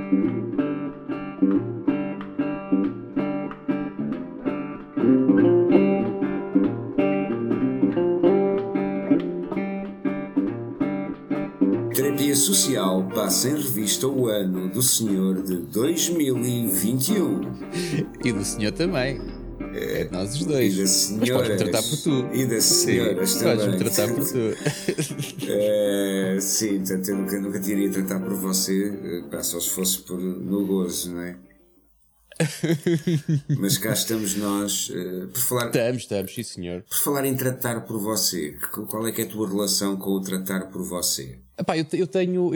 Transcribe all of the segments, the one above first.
Terapia Social passa em revista o ano do senhor de 2021. E do senhor também. É de nós os dois. E da senhora. Mas podes-me tratar por tu. E das senhoras sim, também. Podes-me tratar por tu. Sim, portanto, eu nunca te iria tratar por você, só se fosse no gozo, não é? Mas cá estamos nós, por falar... Estamos, sim senhor. Por falar em tratar por você, qual é que é a tua relação com o tratar por você? Epá, eu tenho...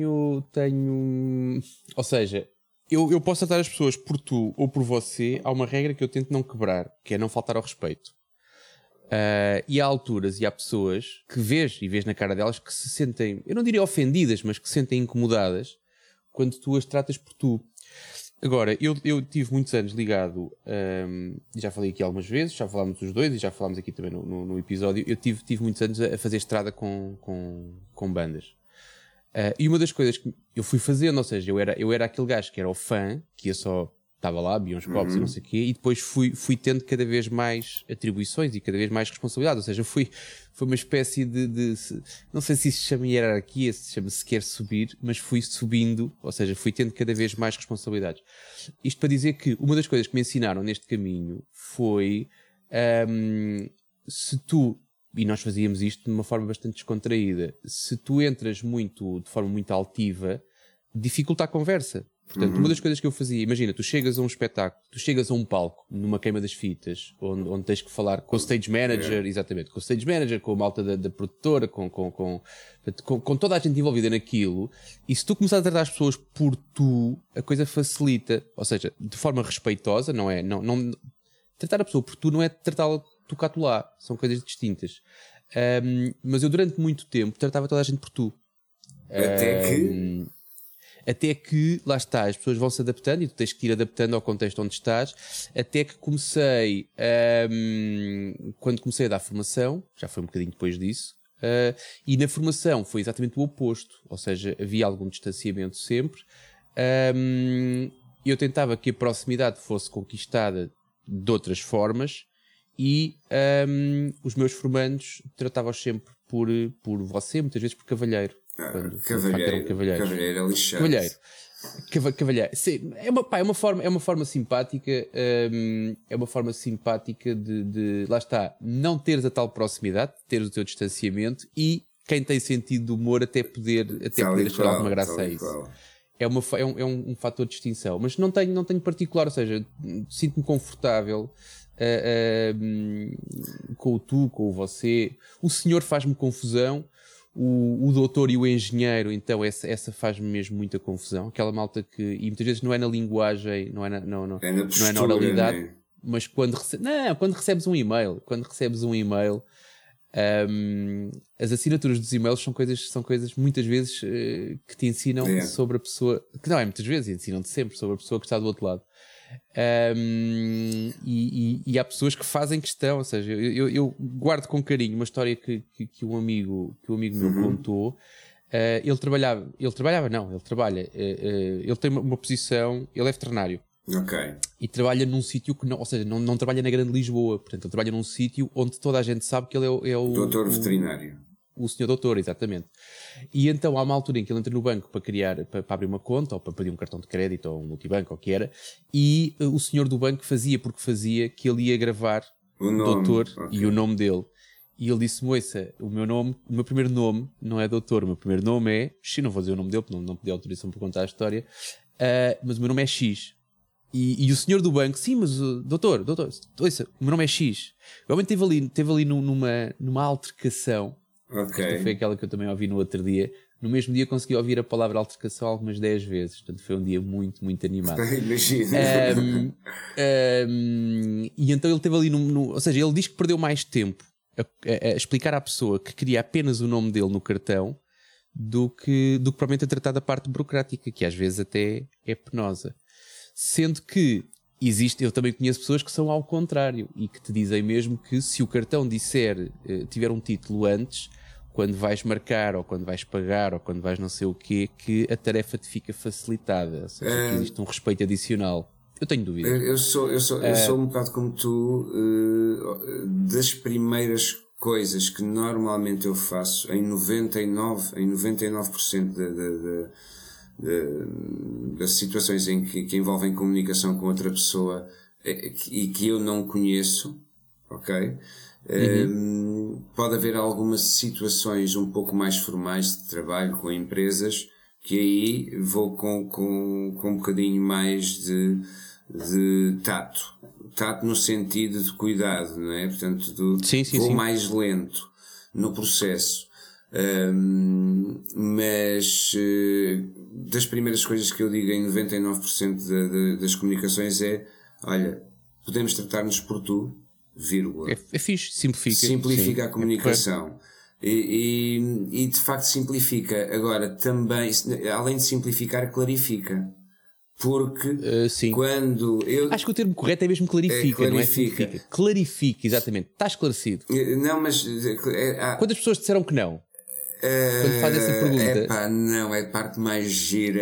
Ou seja, eu posso tratar as pessoas por tu ou por você. Há uma regra que eu tento não quebrar, que é não faltar ao respeito. E há alturas e há pessoas que vês na cara delas que se sentem, eu não diria ofendidas, mas que se sentem incomodadas quando tu as tratas por tu. Agora, eu tive muitos anos ligado, já falei aqui algumas vezes, já falámos os dois e já falámos aqui também no episódio, eu tive muitos anos a fazer estrada com bandas. E uma das coisas que eu fui fazendo, ou seja, eu era aquele gajo que era o fã, que ia só, estava lá, bebia uns copos e não sei o quê, e depois fui tendo cada vez mais atribuições e cada vez mais responsabilidade, ou seja, foi uma espécie de não sei se isso se chama hierarquia, se chama sequer subir, mas fui subindo, ou seja, fui tendo cada vez mais responsabilidades. Isto para dizer que uma das coisas que me ensinaram neste caminho foi, se tu, e nós fazíamos isto de uma forma bastante descontraída, se tu entras de forma muito altiva, dificulta a conversa. Portanto, uma das coisas que eu fazia, imagina, tu chegas a um espetáculo, tu chegas a um palco, numa queima das fitas, onde tens que falar com o stage manager, exatamente, com o stage manager, com a malta da produtora, com toda a gente envolvida naquilo, e se tu começares a tratar as pessoas por tu, a coisa facilita, ou seja, de forma respeitosa, não tratar a pessoa por tu não é tratá-la tu cá tu lá, são coisas distintas. Mas eu durante muito tempo tratava toda a gente por tu. Até que, lá está, as pessoas vão se adaptando e tu tens que ir adaptando ao contexto onde estás, até que comecei, quando comecei a dar formação, já foi um bocadinho depois disso, e na formação foi exatamente o oposto, ou seja, havia algum distanciamento sempre, eu tentava que a proximidade fosse conquistada de outras formas, e os meus formandos tratavam-os sempre por você, muitas vezes por cavalheiro. Cavalheiro é lixado. Cavalheiro. Sim, é uma forma simpática, de lá está, não teres a tal proximidade, teres o teu distanciamento e quem tem sentido de humor até poder achar alguma graça a isso. É um fator de distinção, mas não tenho particular, ou seja, sinto-me confortável com o tu, com o você. O senhor faz-me confusão. O doutor e o engenheiro, então, essa faz-me mesmo muita confusão. Aquela malta e muitas vezes não é na linguagem, não é na oralidade, né? Mas quando recebes um e-mail, as assinaturas dos e-mails são coisas muitas vezes que te ensinam sobre a pessoa, que não é muitas vezes, ensinam-te sempre sobre a pessoa que está do outro lado. E há pessoas que fazem questão, ou seja, eu guardo com carinho uma história que um amigo meu contou. Ele trabalha, ele tem uma posição, ele é veterinário. Okay. E trabalha num sítio que não trabalha na grande Lisboa, portanto ele trabalha num sítio onde toda a gente sabe que ele é o doutor veterinário. O senhor doutor, exatamente. E então há uma altura em que ele entra no banco para abrir uma conta, ou para pedir um cartão de crédito, ou um multibanco, ou o que era, e o senhor do banco fazia que ele ia gravar o doutor e o nome dele. E ele disse: moça, o meu primeiro nome não é doutor, o meu primeiro nome é... não vou dizer o nome dele, porque não pedi autorização para contar a história, mas o meu nome é X. E o senhor do banco: sim, mas doutor, ouça, o meu nome é X. Realmente esteve ali numa altercação. Esta foi aquela que eu também ouvi no outro dia. No mesmo dia consegui ouvir a palavra altercação algumas 10 vezes. Portanto, foi um dia muito, muito animado. Imagina. E então ele esteve ali ou seja, ele diz que perdeu mais tempo a explicar à pessoa que queria apenas o nome dele no cartão do que propriamente a tratar da parte burocrática, que às vezes até é penosa. Sendo que eu também conheço pessoas que são ao contrário e que te dizem mesmo que se o cartão tiver um título antes, quando vais marcar, ou quando vais pagar, ou quando vais não sei o quê, que a tarefa te fica facilitada. Ou seja, que existe um respeito adicional. Eu tenho dúvidas. Eu sou um bocado como tu, das primeiras coisas que normalmente eu faço, em 99% das situações em que envolvem comunicação com outra pessoa e que eu não conheço, ok? Pode haver algumas situações um pouco mais formais de trabalho com empresas que aí vou com um bocadinho mais de tato no sentido de cuidado, não é? Portanto, vou mais lento no processo. Mas das primeiras coisas que eu digo em 99% das comunicações é: olha, podemos tratar-nos por tu, vírgula. É fixe, simplifica a comunicação. E de facto simplifica. Agora também, além de simplificar, clarifica. Porque quando eu... Acho que o termo correto é mesmo clarifica, não é simplifica. Clarifica, exatamente. Está esclarecido. Não, mas... Quantas pessoas disseram que não? Quando faz essa pergunta. Não, é a parte mais gira.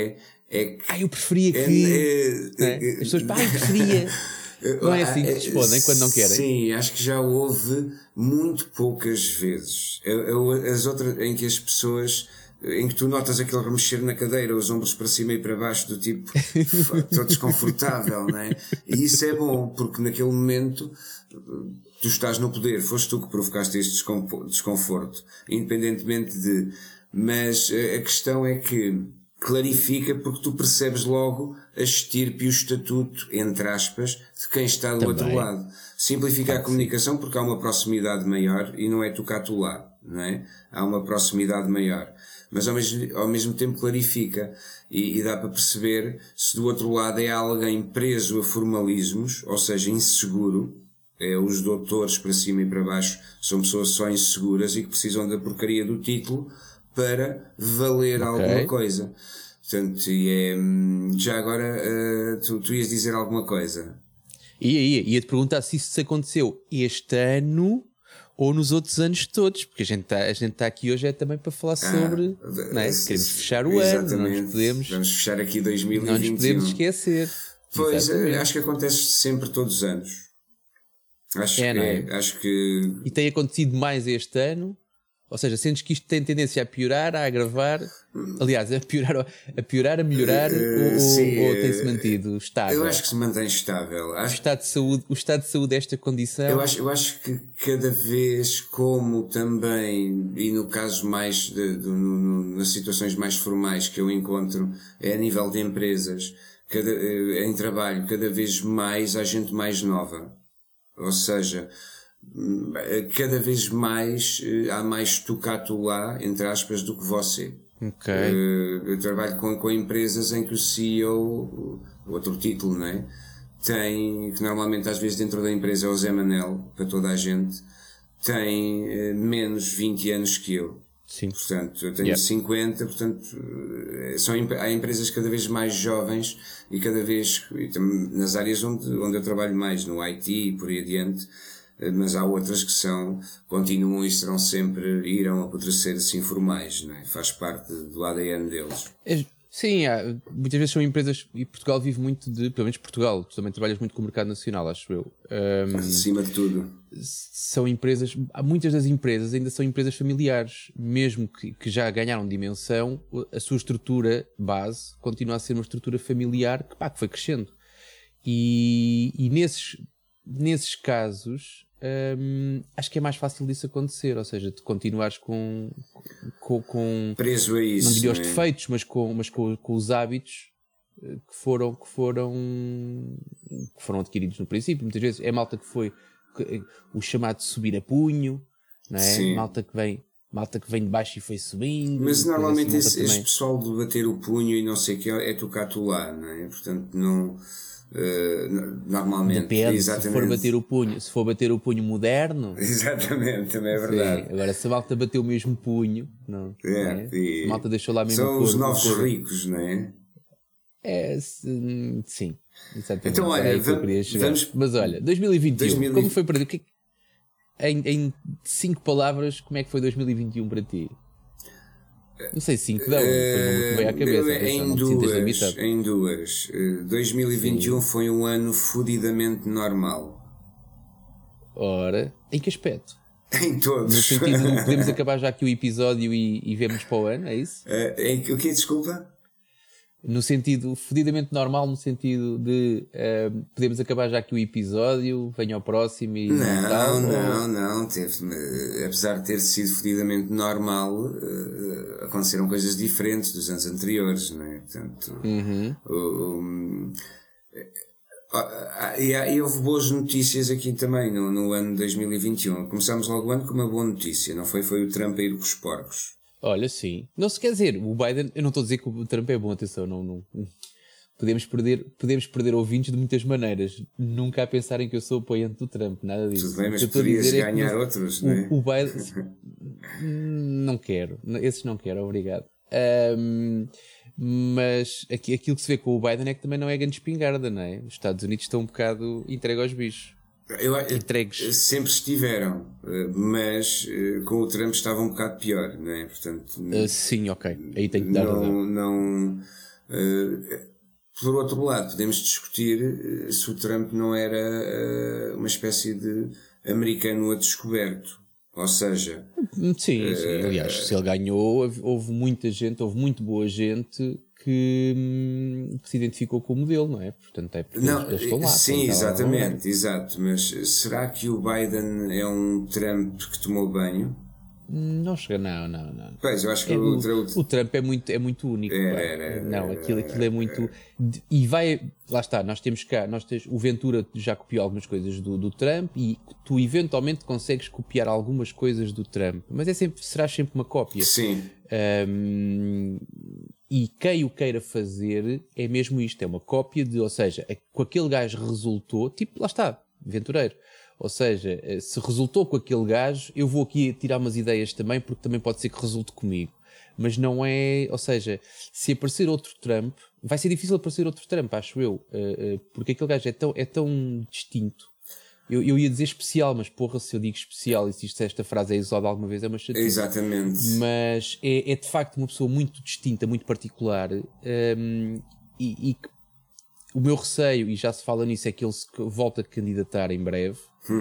Eu preferia que... As pessoas, eu preferia... Não é assim que respondem quando não querem? Sim, acho que já houve muito poucas vezes. As outras em que as pessoas... em que tu notas aquele remexer na cadeira, os ombros para cima e para baixo, do tipo, estou desconfortável, não é? E isso é bom, porque naquele momento tu estás no poder, foste tu que provocaste este desconforto, independentemente de... Mas a questão é que clarifica, porque tu percebes logo a estirpe e o estatuto, entre aspas, de quem está do outro lado. Simplifica a comunicação porque há uma proximidade maior e não é tu cá tu lá, não é? Há uma proximidade maior. Mas ao mesmo tempo clarifica e dá para perceber se do outro lado é alguém preso a formalismos, ou seja, inseguro. Os doutores para cima e para baixo são pessoas só inseguras e que precisam da porcaria do título para valer alguma coisa. Portanto, já agora tu ias dizer alguma coisa. Ia-te perguntar se isso aconteceu este ano ou nos outros anos todos, porque a gente está aqui hoje também para falar sobre, não é? Queremos fechar o ano, vamos fechar aqui 2021. Não nos podemos esquecer. Pois, acho que acontece sempre todos os anos. Acho que... E tem acontecido mais este ano? Ou seja, sentes que isto tem tendência a piorar, a agravar? Aliás, a piorar, a melhorar, ou tem-se mantido estável? Eu acho que se mantém estável. O estado de saúde desta condição? Eu acho que cada vez, como também, e no caso mais, nas situações mais formais que eu encontro, é a nível de empresas, em trabalho, cada vez mais há gente mais nova. Ou seja, cada vez mais há mais tu lá, entre aspas, do que você. Eu trabalho com empresas em que o CEO, outro título, não é? Que normalmente às vezes dentro da empresa é o Zé Manel, para toda a gente, tem menos 20 anos que eu. Sim. Portanto, eu tenho 50, portanto, há empresas cada vez mais jovens e cada vez, nas áreas onde eu trabalho mais, no IT e por aí adiante, mas há outras que continuam e serão sempre, irão apodrecer assim formais, não é? Faz parte do ADN deles. Sim, muitas vezes são empresas, e Portugal vive muito pelo menos Portugal, tu também trabalhas muito com o mercado nacional, acho eu. Acima de tudo. São empresas, muitas das empresas ainda são empresas familiares, mesmo que já ganharam dimensão, a sua estrutura base continua a ser uma estrutura familiar que foi crescendo. E nesses casos, acho que é mais fácil disso acontecer, ou seja, de continuares com preso a isso, não diria os defeitos, mas com os hábitos que foram adquiridos no princípio. Muitas vezes é malta que foi o chamado subir a punho, não é? Sim. Malta que vem de baixo e foi subindo. Mas normalmente esse pessoal de bater o punho e não sei o que é tocar tu lá, não é? Portanto, não... normalmente. Depende, exatamente. se for bater o punho moderno. Exatamente, também é verdade. Sim. Agora, se a malta bateu o mesmo punho, não é? Se a malta deixou lá mesmo. São os novos ricos, não é? Sim. Exatamente. Então, olha, Mas olha, 2021, como foi para ti? em 5 palavras, como é que foi 2021 para ti? Não sei, 5 dá, foi uma que veio à cabeça. Em duas. 2021 Sim. Foi um ano fodidamente normal. Ora, em que aspecto? Em todos. No sentido de podemos acabar já aqui o episódio e vermos para o ano, é isso? O que desculpa? No sentido, fodidamente normal, no sentido de podemos acabar já aqui o episódio, venha ao próximo e não. Apesar de ter sido fodidamente normal, aconteceram coisas diferentes dos anos anteriores, não é? Portanto, e houve boas notícias aqui também no ano de 2021. Começámos logo o ano com uma boa notícia, não foi? Foi o Trump a ir com os porcos. Olha, sim. Não se quer dizer, o Biden, eu não estou a dizer que o Trump é bom, atenção, não. Podemos perder ouvintes de muitas maneiras. Nunca a pensarem que eu sou apoiante do Trump, nada disso. Tudo bem, mas podias ganhar outros, não é? O Biden... não quero. Esses não quero, obrigado. Mas aquilo que se vê com o Biden é que também não é grande espingarda, não é? Os Estados Unidos estão um bocado entregues aos bichos. Entregues. Sempre estiveram, mas com o Trump estava um bocado pior, não é? Portanto, sim, ok. Aí tenho que dar razão. Por outro lado, podemos discutir se o Trump não era uma espécie de americano a descoberto. Ou seja... Sim. Aliás, se ele ganhou, houve muito boa gente que se identificou com o modelo, não é? Portanto, eles estão lá. Sim, exatamente, exato. Mas será que o Biden é um Trump que tomou banho? Não chega, não. Pois, eu acho que o Trump é muito único. Aquilo é muito... E vai... Lá está, nós temos o Ventura já copiou algumas coisas do Trump e tu eventualmente consegues copiar algumas coisas do Trump, mas será sempre uma cópia. Sim. E quem o queira fazer é mesmo isto, é uma cópia ou seja, com aquele gajo resultou, tipo, lá está, Ventureiro. Ou seja, se resultou com aquele gajo, eu vou aqui tirar umas ideias também, porque também pode ser que resulte comigo. Mas não é... Ou seja, se aparecer outro Trump... Vai ser difícil aparecer outro Trump, acho eu. Porque aquele gajo é tão distinto. Eu ia dizer especial, mas porra, se eu digo especial e se esta frase é usada alguma vez, é uma chatice. Exatamente. Mas é de facto uma pessoa muito distinta, muito particular. E que o meu receio, e já se fala nisso, é que ele se volta a candidatar em breve.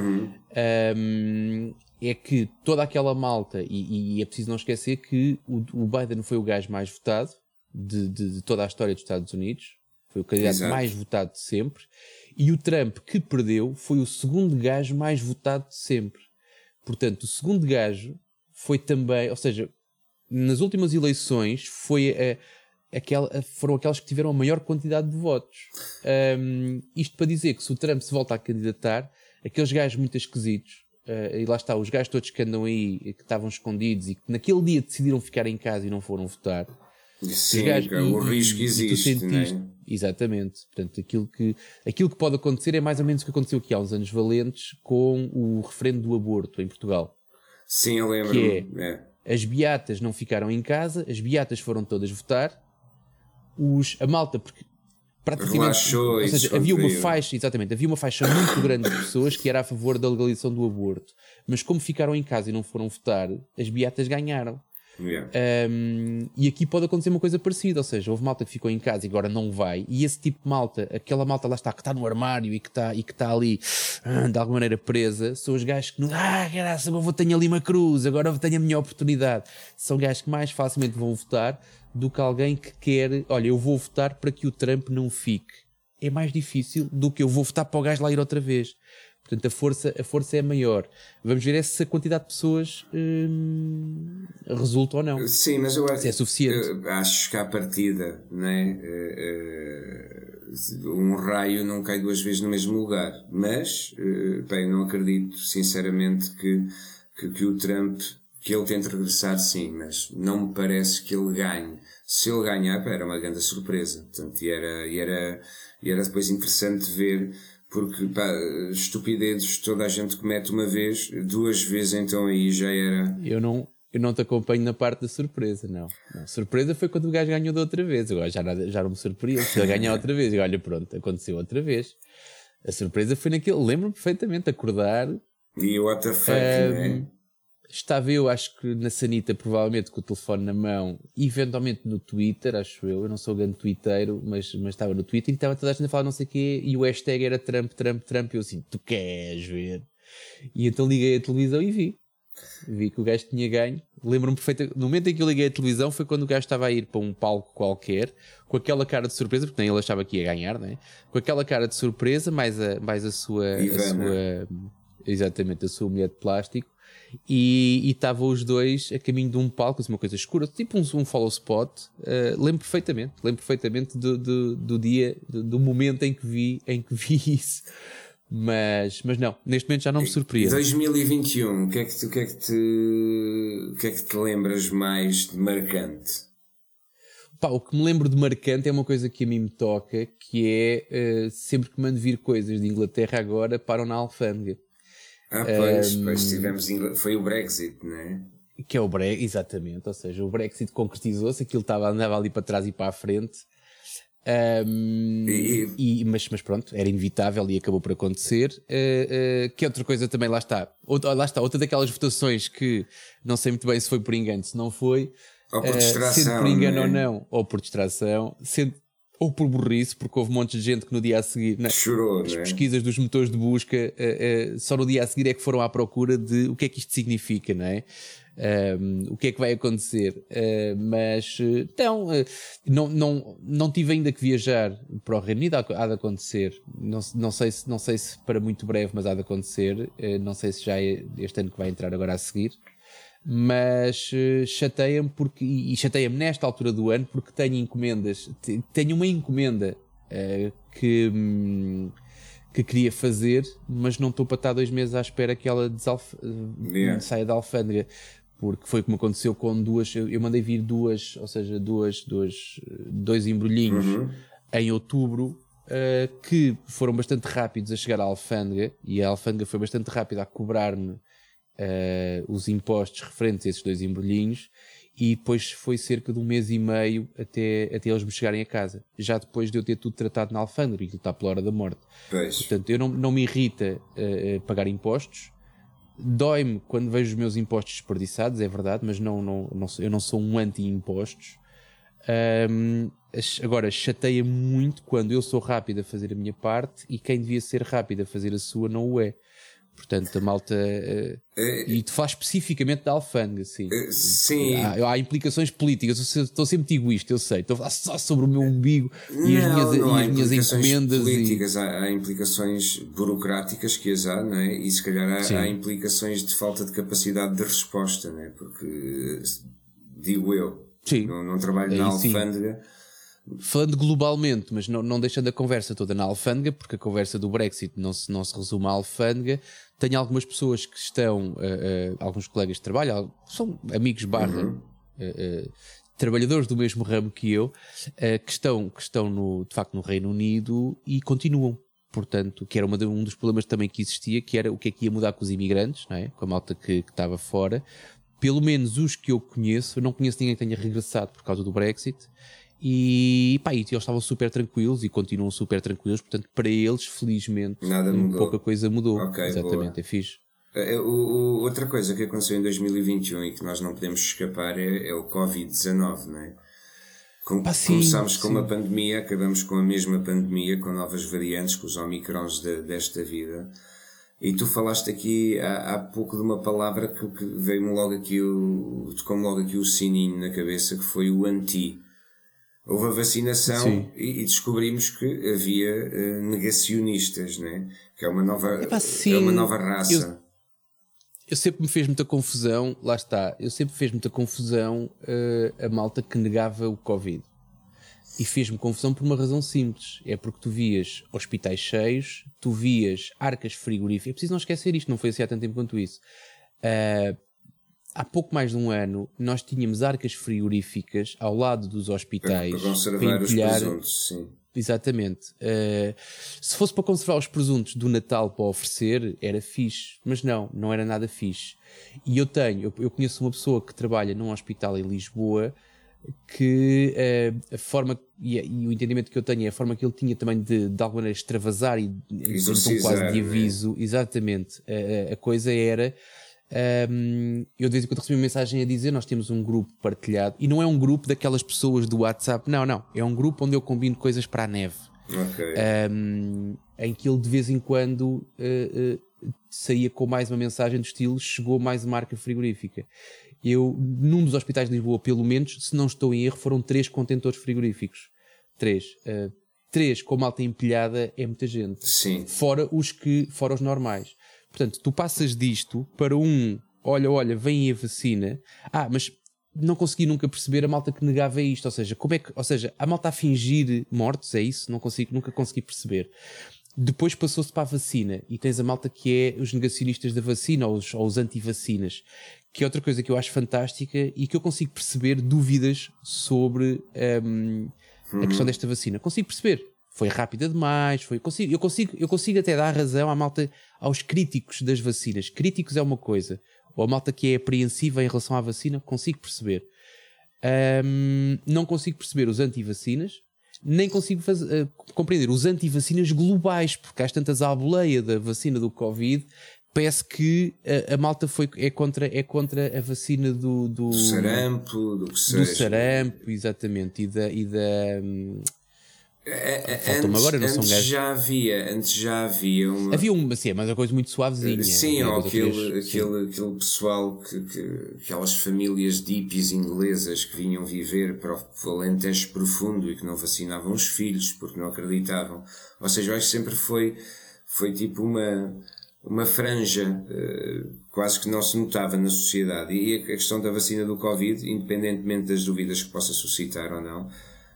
É que toda aquela malta, e é preciso não esquecer que o Biden foi o gajo mais votado de toda a história dos Estados Unidos, foi o candidato Exato. Mais votado de sempre, e o Trump que perdeu foi o segundo gajo mais votado de sempre. Portanto, o segundo gajo foi também, ou seja, nas últimas eleições foram aquelas que tiveram a maior quantidade de votos. Isto para dizer que se o Trump se volta a candidatar, aqueles gajos muito esquisitos, e lá está, os gajos todos que andam aí, que estavam escondidos e que naquele dia decidiram ficar em casa e não foram votar. Sim, o risco existe, não é? Exatamente. Portanto, aquilo que pode acontecer é mais ou menos o que aconteceu aqui há uns anos valentes com o referendo do aborto em Portugal. Sim, eu lembro. Que as beatas não ficaram em casa, as beatas foram todas votar, a malta, porque praticamente, relaxou, ou seja, havia uma faixa muito grande de pessoas que era a favor da legalização do aborto, mas como ficaram em casa e não foram votar, as beatas ganharam. E aqui pode acontecer uma coisa parecida, ou seja, houve malta que ficou em casa e agora não vai, e esse tipo de malta, aquela malta lá está, que está no armário e que está ali de alguma maneira presa, são os gajos que graças, eu tenho ali uma cruz, agora tenho a minha oportunidade. São gajos que mais facilmente vão votar do que alguém que quer, olha, eu vou votar para que o Trump não fique. É mais difícil do que eu vou votar para o gajo lá ir outra vez. Portanto, a força é maior. Vamos ver se a quantidade de pessoas resulta ou não. Sim, mas eu acho, se é suficiente. Acho que à partida, não é? Um raio não cai duas vezes no mesmo lugar. Mas, bem, não acredito sinceramente que o Trump, que ele tente regressar, sim, mas não me parece que ele ganhe. Se ele ganhar, era uma grande surpresa. Portanto, e era depois interessante ver. Porque, estupidezes toda a gente comete uma vez, duas vezes, então aí já era... Eu não te acompanho na parte da surpresa, não. A surpresa foi quando o gajo ganhou da outra vez. Agora já não me surpreende. Se ele ganhar outra vez, olha, pronto, aconteceu outra vez. A surpresa foi naquele... Lembro-me perfeitamente, acordar E o what the fuck, né? Estava eu, acho que na sanita, provavelmente com o telefone na mão, eventualmente no Twitter, acho eu não sou grande twitteiro, mas estava no Twitter e estava toda a gente a falar não sei o quê, e o hashtag era Trump, Trump, Trump, e eu assim, tu queres ver? E então liguei a televisão e vi que o gajo tinha ganho. Lembro-me perfeitamente, no momento em que eu liguei a televisão foi quando o gajo estava a ir para um palco qualquer, com aquela cara de surpresa, porque nem ele achava que ia ganhar, né? Com aquela cara de surpresa, mais a sua exatamente, a sua mulher de plástico, e estavam os dois a caminho de um palco, uma coisa escura, tipo um follow spot. Lembro perfeitamente do dia, do momento em que vi isso. Mas não, neste momento já não me surpreende. 2021, o que é que te lembras mais de marcante? Pá, o que me lembro de marcante é uma coisa que a mim me toca, que é sempre que mando vir coisas de Inglaterra agora, param na alfândega. Pois tivemos, foi o Brexit, não é? Que é o Brexit, exatamente, ou seja, o Brexit concretizou-se, aquilo andava ali para trás e para a frente. Mas pronto, era inevitável e acabou por acontecer. Que outra coisa também, lá está, outra daquelas votações que não sei muito bem se foi por engano, se não foi, ou por distração, sendo por engano ou não, ou por distração, ou por burrice, porque houve um monte de gente que no dia a seguir, chorou, as pesquisas dos motores de busca, só no dia a seguir é que foram à procura de o que é que isto significa, não é? O que é que vai acontecer? Mas então, não tive ainda que viajar para o Reino Unido. Há de acontecer, não sei se para muito breve, mas há de acontecer. Não sei se já é este ano que vai entrar agora a seguir, mas chateia-me e chateia-me nesta altura do ano porque tenho encomendas, tenho uma encomenda que queria fazer, mas não estou para estar 2 meses à espera que ela saia da alfândega, porque foi como aconteceu com eu mandei vir dois embrulhinhos em outubro, que foram bastante rápidos a chegar à alfândega, e a alfândega foi bastante rápida a cobrar-me os impostos referentes a esses 2 embrulhinhos, e depois foi cerca de 1 mês e meio até eles me chegarem a casa, já depois de eu ter tudo tratado na alfândega, e aquilo está pela hora da morte. Portanto, eu não me irrita pagar impostos. Dói-me quando vejo os meus impostos desperdiçados, é verdade, mas eu não sou um anti-impostos. Agora, chateia muito quando eu sou rápido a fazer a minha parte e quem devia ser rápido a fazer a sua não o é. Portanto, a malta... e te fala especificamente da alfândega, sim. Sim. Há implicações políticas. Eu estou sempre egoísta, eu sei. Estou a falar só sobre o meu umbigo e as minhas encomendas. Políticas, há implicações burocráticas que as há, não é? E se calhar há implicações de falta de capacidade de resposta, não é? Porque, digo eu, não trabalho na alfândega... Falando globalmente, mas não deixando a conversa toda na alfândega, porque a conversa do Brexit não se resume à alfândega. Tenho algumas pessoas que estão, alguns colegas de trabalho, são amigos trabalhadores do mesmo ramo que eu, que estão de facto no Reino Unido e continuam. Portanto, que era um dos problemas também que existia, que era o que é que ia mudar com os imigrantes, não é? Com a malta que estava fora. Pelo menos os que eu conheço, eu não conheço ninguém que tenha regressado por causa do Brexit. E eles estavam super tranquilos e continuam super tranquilos, portanto para eles felizmente nada mudou. Pouca coisa mudou. Exatamente, boa. É fixe. Outra coisa que aconteceu em 2021 e que nós não podemos escapar é o Covid-19, não é? Começámos com uma pandemia, acabamos com a mesma pandemia, com novas variantes, com os Omicrons desta vida. E tu falaste aqui há pouco de uma palavra que veio-me logo aqui, tocou-me logo aqui o sininho na cabeça, que foi o anti. Houve a vacinação e descobrimos que havia negacionistas, né? Que é uma nova raça. Eu sempre me fez muita confusão, lá está, a malta que negava o Covid. E fez-me confusão por uma razão simples, é porque tu vias hospitais cheios, tu vias arcas frigoríficas, é preciso não esquecer isto, não foi assim há tanto tempo quanto isso. Há pouco mais de um ano, nós tínhamos arcas frigoríficas ao lado dos hospitais para conservar os presuntos, sim. Exatamente. Se fosse para conservar os presuntos do Natal para oferecer, era fixe, mas não era nada fixe. E eu conheço uma pessoa que trabalha num hospital em Lisboa que a forma e o entendimento que eu tenho é a forma que ele tinha também de alguma maneira extravasar e tom quase de aviso, exatamente, a coisa era eu de vez em quando recebi uma mensagem a dizer nós temos um grupo partilhado e não é um grupo daquelas pessoas do WhatsApp, não, é um grupo onde eu combino coisas para a neve, em que ele de vez em quando saía com mais uma mensagem do estilo chegou mais uma marca frigorífica. Eu, num dos hospitais de Lisboa, pelo menos, se não estou em erro, foram 3 contentores frigoríficos. 3 com malta empilhada é muita gente. Sim. Fora os normais. Portanto, tu passas disto para olha, vem aí a vacina. Mas não consegui nunca perceber a malta que negava isto. Ou seja, a malta a fingir mortos, é isso? Nunca consegui perceber. Depois passou-se para a vacina e tens a malta que é os negacionistas da vacina ou os anti-vacinas, que é outra coisa que eu acho fantástica e que eu consigo perceber dúvidas sobre a questão desta vacina. Consigo perceber. Foi rápida demais. Eu consigo até dar razão à malta, aos críticos das vacinas. Críticos é uma coisa. Ou a malta que é apreensiva em relação à vacina, consigo perceber. Não consigo perceber os anti-vacinas. Nem consigo compreender os anti-vacinas globais, porque há tantas à boleia da vacina do Covid, parece que a malta é contra a vacina do sarampo, do que seja. Do sarampo, exatamente, e da falta-me agora, não são gajos. Antes já havia uma... Havia uma, sim, mas uma coisa muito suavezinha. Sim, ou aquele pessoal aquelas famílias de hippies inglesas que vinham viver para o Alentejo profundo e que não vacinavam os filhos porque não acreditavam. Ou seja, eu acho que sempre foi tipo uma franja quase que não se notava na sociedade. E a questão da vacina do Covid, independentemente das dúvidas que possa suscitar ou não,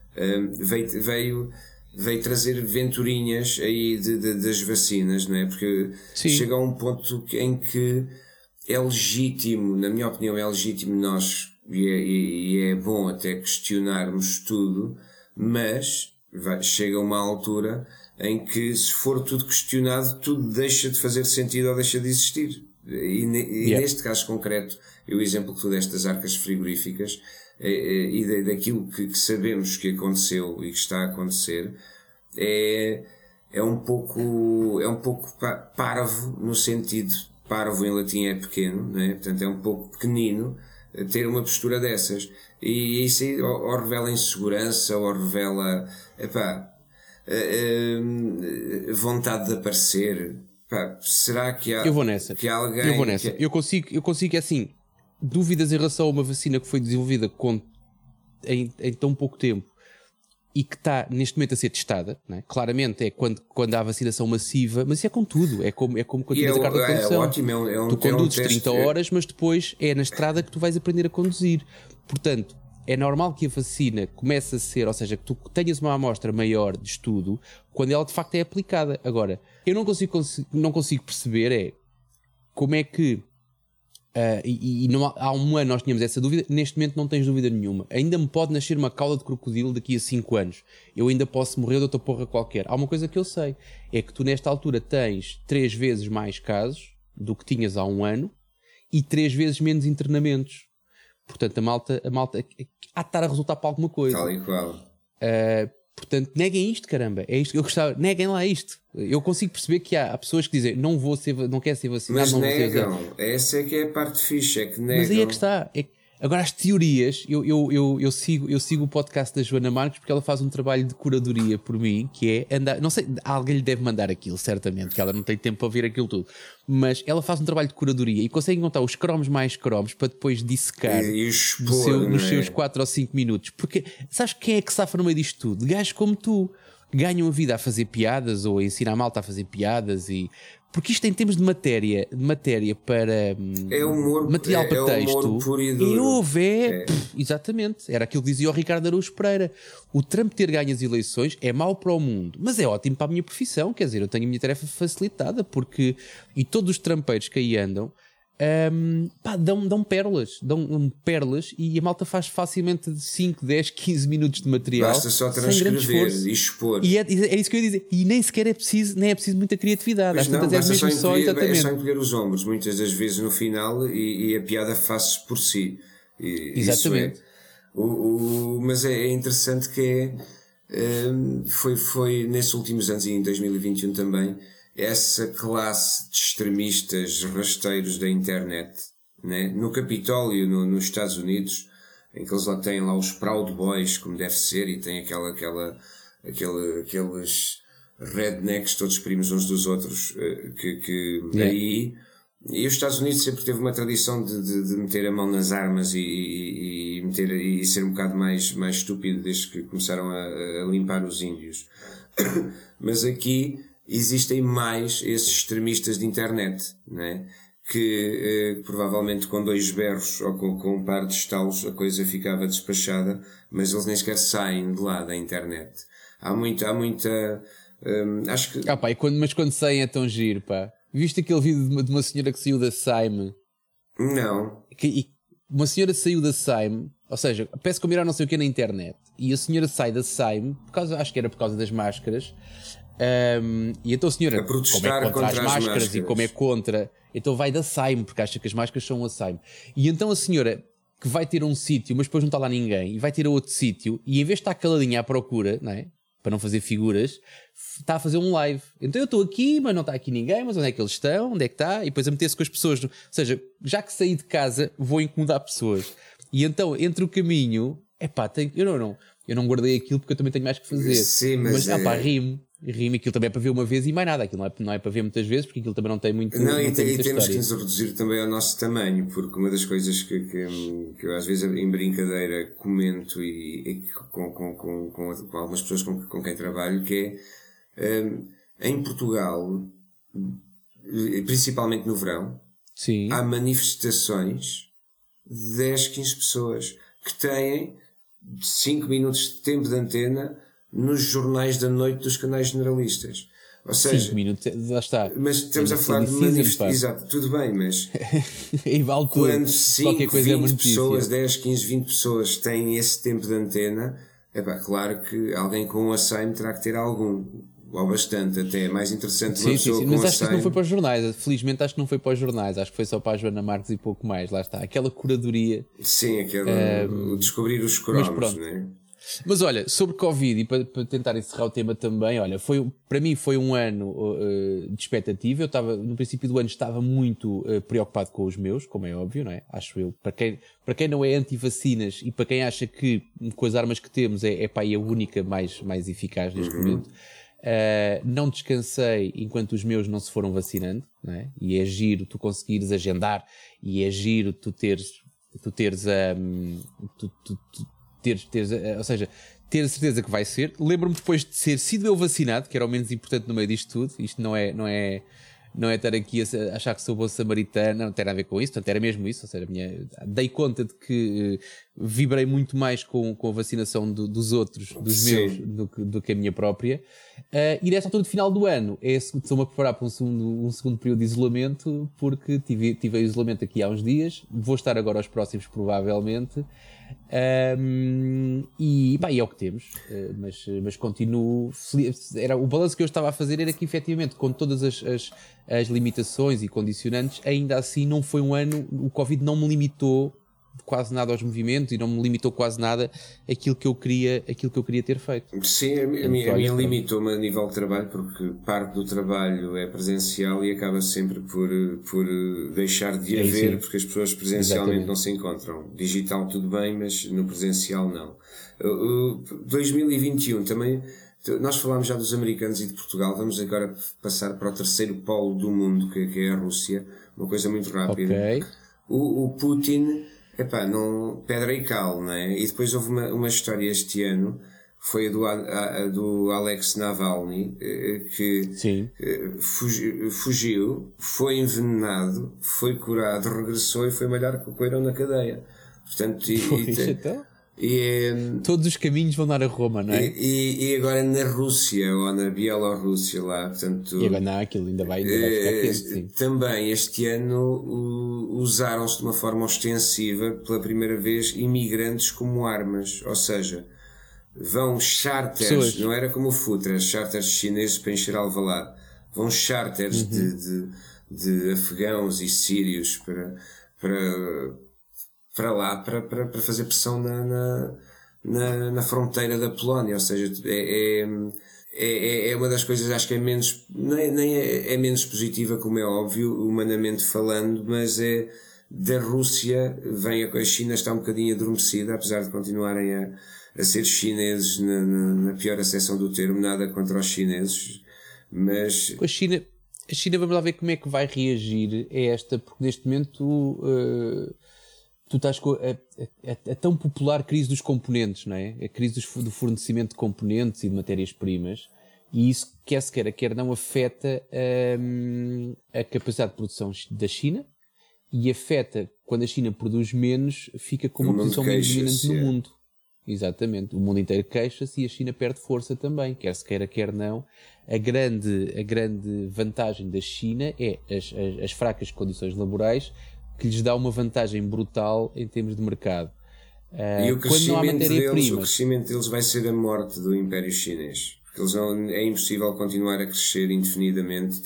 veio trazer venturinhas aí das vacinas, não é? Porque sim, chega a um ponto em que é legítimo, na minha opinião, é legítimo nós, e é bom até questionarmos tudo, mas chega a uma altura em que, se for tudo questionado, tudo deixa de fazer sentido ou deixa de existir. E neste caso concreto, o exemplo que tu deste das arcas frigoríficas, e daquilo que sabemos que aconteceu e que está a acontecer, é um pouco parvo, no sentido, parvo em latim é pequeno, não é? Portanto é um pouco pequenino ter uma postura dessas, e isso aí ou revela insegurança ou revela vontade de aparecer. Será que há, eu vou nessa. Que há alguém eu vou nessa. Eu consigo assim, dúvidas em relação a uma vacina que foi desenvolvida em tão pouco tempo e que está neste momento a ser testada, não é? Claramente é quando há vacinação massiva, mas isso é com tudo, é como quando tens a carta de condução. Ótimo, tu conduzes 30 horas, mas depois é na estrada que tu vais aprender a conduzir. Portanto, é normal que a vacina comece a ser, ou seja, que tu tenhas uma amostra maior de estudo quando ela de facto é aplicada. Agora, eu não consigo perceber como é que há um ano nós tínhamos essa dúvida, neste momento não tens dúvida nenhuma. Ainda me pode nascer uma cauda de crocodilo daqui a 5 anos. Eu ainda posso morrer de outra porra qualquer. Há uma coisa que eu sei, é que tu nesta altura tens 3 vezes mais casos do que tinhas há um ano e 3 vezes menos internamentos. Portanto, a malta há de estar a resultar para alguma coisa. Tal e qual. Portanto, neguem isto, caramba. É isto que eu gostava. Neguem lá isto. Eu consigo perceber que há pessoas que dizem não quero ser vacinado. Mas não negam. Vou ser... Essa é que é a parte fixe, é que negam. Mas aí é que está. Agora, as teorias, eu sigo o podcast da Joana Marques porque ela faz um trabalho de curadoria por mim, que é andar, não sei, alguém lhe deve mandar aquilo, certamente, que ela não tem tempo para ouvir aquilo tudo, mas ela faz um trabalho de curadoria e consegue encontrar os cromos mais cromos para depois dissecar nos seus 4 ou 5 minutos. Porque sabes quem é que safa no meio disto tudo? Gajos como tu, ganham a vida a fazer piadas ou a ensinar a malta a fazer piadas porque isto em termos de matéria para humor, material para texto humor puro e duro. Exatamente, era aquilo que dizia o Ricardo Araújo Pereira. O Trump ter ganho as eleições é mau para o mundo, mas é ótimo para a minha profissão, quer dizer, eu tenho a minha tarefa facilitada e todos os trampeiros que aí andam dão pérolas e a malta faz facilmente 5, 10, 15 minutos de material. Basta só transcrever e expor. E é isso que eu ia dizer. E nem sequer é preciso muita criatividade. Mas não, basta só encolher os ombros, muitas das vezes no final, e a piada faz-se por si. Exatamente. Mas é interessante que foi nesses últimos anos, e em 2021 também, essa classe de extremistas rasteiros da internet, né? No Capitólio, nos Estados Unidos, em que eles lá têm lá os Proud Boys, como deve ser, e tem aqueles rednecks todos primos uns dos outros, aí, e os Estados Unidos sempre teve uma tradição de meter a mão nas armas e ser um bocado mais estúpido desde que começaram a limpar os índios. Mas aqui existem mais esses extremistas de internet, né? Que provavelmente com 2 berros ou com um par de estalos a coisa ficava despachada, mas eles nem sequer saem de lá da internet. Há muita acho que... pá, mas quando saem é tão giro, pá. Viste aquele vídeo de uma senhora que saiu da Saime? Não. Uma senhora saiu da Saime, ou seja, peço combinar não sei o que na internet, e a senhora sai da Saime, acho que era por causa das máscaras, e então a senhora, a protestar como é contra as máscaras e como é contra, então vai da Saime, porque acha que as máscaras são a Saime. E então a senhora, que vai ter um sítio, mas depois não está lá ninguém, e vai ter a outro sítio, e em vez de estar caladinha à procura, não é? Para não fazer figuras, está a fazer um live. Então eu estou aqui, mas não está aqui ninguém, mas onde é que eles estão? Onde é que está? E depois a meter-se com as pessoas. Ou seja, já que saí de casa, vou incomodar pessoas. E então, entre o caminho, eu não guardei aquilo porque eu também tenho mais que fazer. Sim, mas rime, aquilo também é para ver uma vez e mais nada. Aquilo não é para ver muitas vezes, porque aquilo também não tem muito. Não, e temos história. que nos reduzir também ao nosso tamanho, porque uma das coisas que eu às vezes em brincadeira comento e com algumas pessoas com quem trabalho, que é em Portugal, principalmente no verão, sim, há manifestações de 10, 15 pessoas que têm 5 minutos de tempo de antena nos jornais da noite dos canais generalistas. Ou seja, 5 minutos, lá está. Mas estamos a falar de manifestações. Exato, tudo bem, mas vale quando 5, 20 pessoas, 10, 15, 20 pessoas têm esse tempo de antena, claro que alguém com um Alzheimer terá que ter algum, ou bastante até. É mais interessante uma pessoa com mas acho que isso não foi para os jornais. Felizmente acho que não foi para os jornais. Acho que foi só para a Joana Marques e pouco mais. Lá está. Aquela curadoria. Sim, o descobrir os cromos, não é? Mas olha, sobre Covid, e para tentar encerrar o tema também, olha, para mim foi um ano de expectativa. Eu estava, no princípio do ano, estava muito preocupado com os meus, como é óbvio, não é? Acho eu. Para quem não é anti-vacinas e para quem acha que com as armas que temos é a única mais eficaz neste momento, não descansei enquanto os meus não se foram vacinando, não é? E é giro tu conseguires agendar, e é giro tu teres ou seja, ter a certeza que vai ser. Lembro-me depois de ter sido eu vacinado, que era o menos importante no meio disto tudo. Isto não é estar aqui a achar que sou bom samaritano, não tem nada a ver com isso, portanto era mesmo isso. Ou seja, dei conta de que vibrei muito mais com a vacinação dos outros, dos meus, do que a minha própria. E nesta altura de final do ano, estou-me a preparar para um segundo período de isolamento, porque tive isolamento aqui há uns dias, vou estar agora aos próximos provavelmente. E é o que temos, mas continuo o balanço que eu estava a fazer era que efetivamente com todas as limitações e condicionantes, ainda assim não foi um ano, o Covid não me limitou quase nada aos movimentos e não me limitou quase nada aquilo que eu queria ter feito. Sim, a minha limitou-me a nível de trabalho, porque parte do trabalho é presencial e acaba sempre por deixar de haver, porque as pessoas presencialmente não se encontram. Digital tudo bem, mas no presencial não. 2021 também, nós falámos já dos americanos e de Portugal, vamos agora passar para o terceiro polo do mundo, que é a Rússia, uma coisa muito rápida. Okay. O Putin, não, pedra e cal, não é? E depois houve uma história este ano, foi a do Alex Navalny, que fugiu, foi envenenado, foi curado, regressou e foi malhar coqueirão na cadeia. Portanto, todos os caminhos vão dar a Roma, não é? E agora na Rússia ou na Bielorrússia lá, portanto, e agora não, aquilo ainda vai ficar quente, sim. Também este ano usaram-se de uma forma ostensiva pela primeira vez imigrantes como armas, ou seja, vão charters, não era como o Futra, charters chineses para encher Alvalade, vão charters de afegãos e sírios para para lá para fazer pressão na fronteira da Polónia. Ou seja, é uma das coisas, acho que é menos, nem é menos positiva, como é óbvio, humanamente falando, mas é da Rússia, a China está um bocadinho adormecida, apesar de continuarem a ser chineses na pior acessão do termo, nada contra os chineses, mas... A China, vamos lá ver como é que vai reagir a esta, porque neste momento tu estás com a tão popular crise dos componentes, não é? A crise do fornecimento de componentes e de matérias-primas, e isso, quer se queira, quer não, afeta a capacidade de produção da China, e afeta, quando a China produz menos, fica com uma posição menos dominante no mundo. Exatamente. O mundo inteiro queixa-se e a China perde força também, quer se queira, quer não. A grande vantagem da China é as fracas condições laborais, que lhes dá uma vantagem brutal em termos de mercado. E o crescimento deles vai ser a morte do Império Chinês. Porque é impossível continuar a crescer indefinidamente,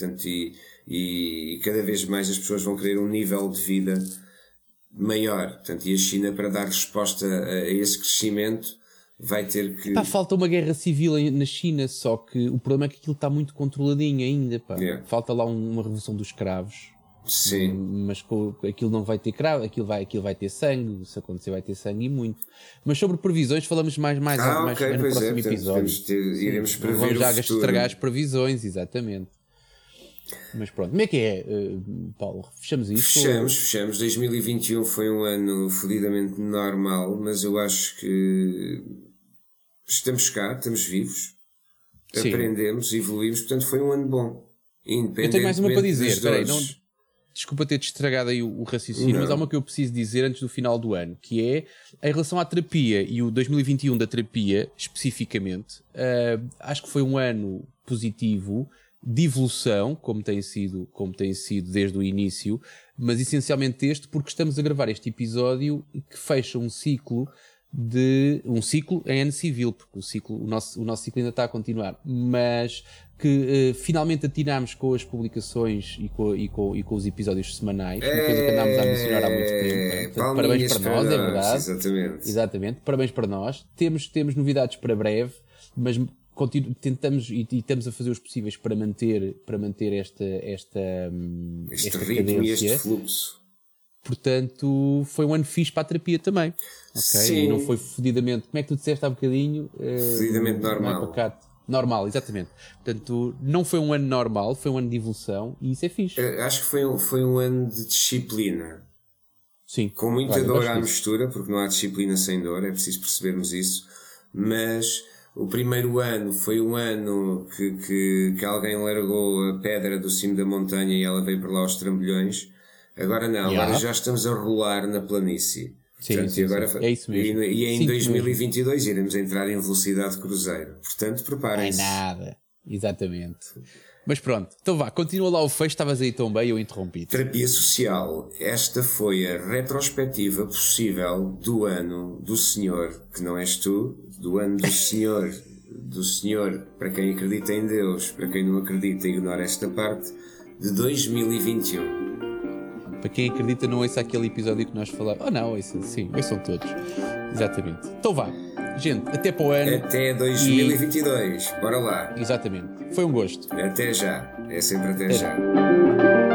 e cada vez mais as pessoas vão querer um nível de vida maior. Portanto, e a China, para dar resposta a esse crescimento, vai ter que... falta uma guerra civil na China, só que o problema é que aquilo está muito controladinho ainda. Yeah. Falta lá uma revolução dos escravos. Sim. Mas aquilo não vai ter cravo, aquilo vai ter sangue, se acontecer vai ter sangue e muito. Mas sobre previsões falamos mais okay, no próximo episódio. Iremos prever vamos já estragar as futuro. Previsões, exatamente. Mas pronto, como é que é, Paulo? Fechamos isto? Fechamos. 2021 foi um ano fodidamente normal, mas eu acho que estamos cá, estamos vivos, sim. Aprendemos, evoluímos, portanto foi um ano bom. Eu tenho mais uma para dizer, espera aí, desculpa ter-te estragado aí o raciocínio, mas há uma que eu preciso dizer antes do final do ano, que é em relação à terapia e o 2021 da terapia, especificamente. Acho que foi um ano positivo, de evolução, como tem sido desde o início, mas essencialmente porque estamos a gravar este episódio que fecha um ciclo em ano civil, porque o nosso ciclo ainda está a continuar, mas que finalmente atinámos com as publicações e com os episódios semanais, uma coisa que andámos a mencionar há muito tempo. Portanto, parabéns para nós, é verdade. Exatamente, parabéns para nós. Temos novidades para breve, mas tentamos e estamos a fazer os possíveis para manter esta ritmo e este fluxo. Portanto, foi um ano fixe para a terapia também. Okay? Sim. E não foi fodidamente, como é que tu disseste há bocadinho? Fodidamente normal. Normal, exatamente. Portanto, não foi um ano normal, foi um ano de evolução e isso é fixe. Acho que foi um ano de disciplina. Sim. Com muita dor à mistura, porque não há disciplina sem dor, é preciso percebermos isso. Mas o primeiro ano foi um ano que alguém largou a pedra do cimo da montanha e ela veio para lá aos trambolhões. Agora não, agora já estamos a rolar na planície. Sim, portanto, sim, agora, é isso mesmo. E em 2022 iremos entrar em velocidade cruzeiro. Portanto, preparem-se. Não é nada. Exatamente. Mas pronto, então vá, continua lá o fecho, estavas aí tão bem, eu interrompi. Terapia social. Esta foi a retrospectiva possível do ano do Senhor, que não és tu, do ano do Senhor, para quem acredita em Deus, para quem não acredita, ignora esta parte, de 2021. Para quem acredita, não ouça aquele episódio que nós falamos. Oh não, sim, ouçam todos. Exatamente. Então vá. Gente, até para o ano. Até 2022. Bora lá. Exatamente. Foi um gosto. Até já. É sempre até já.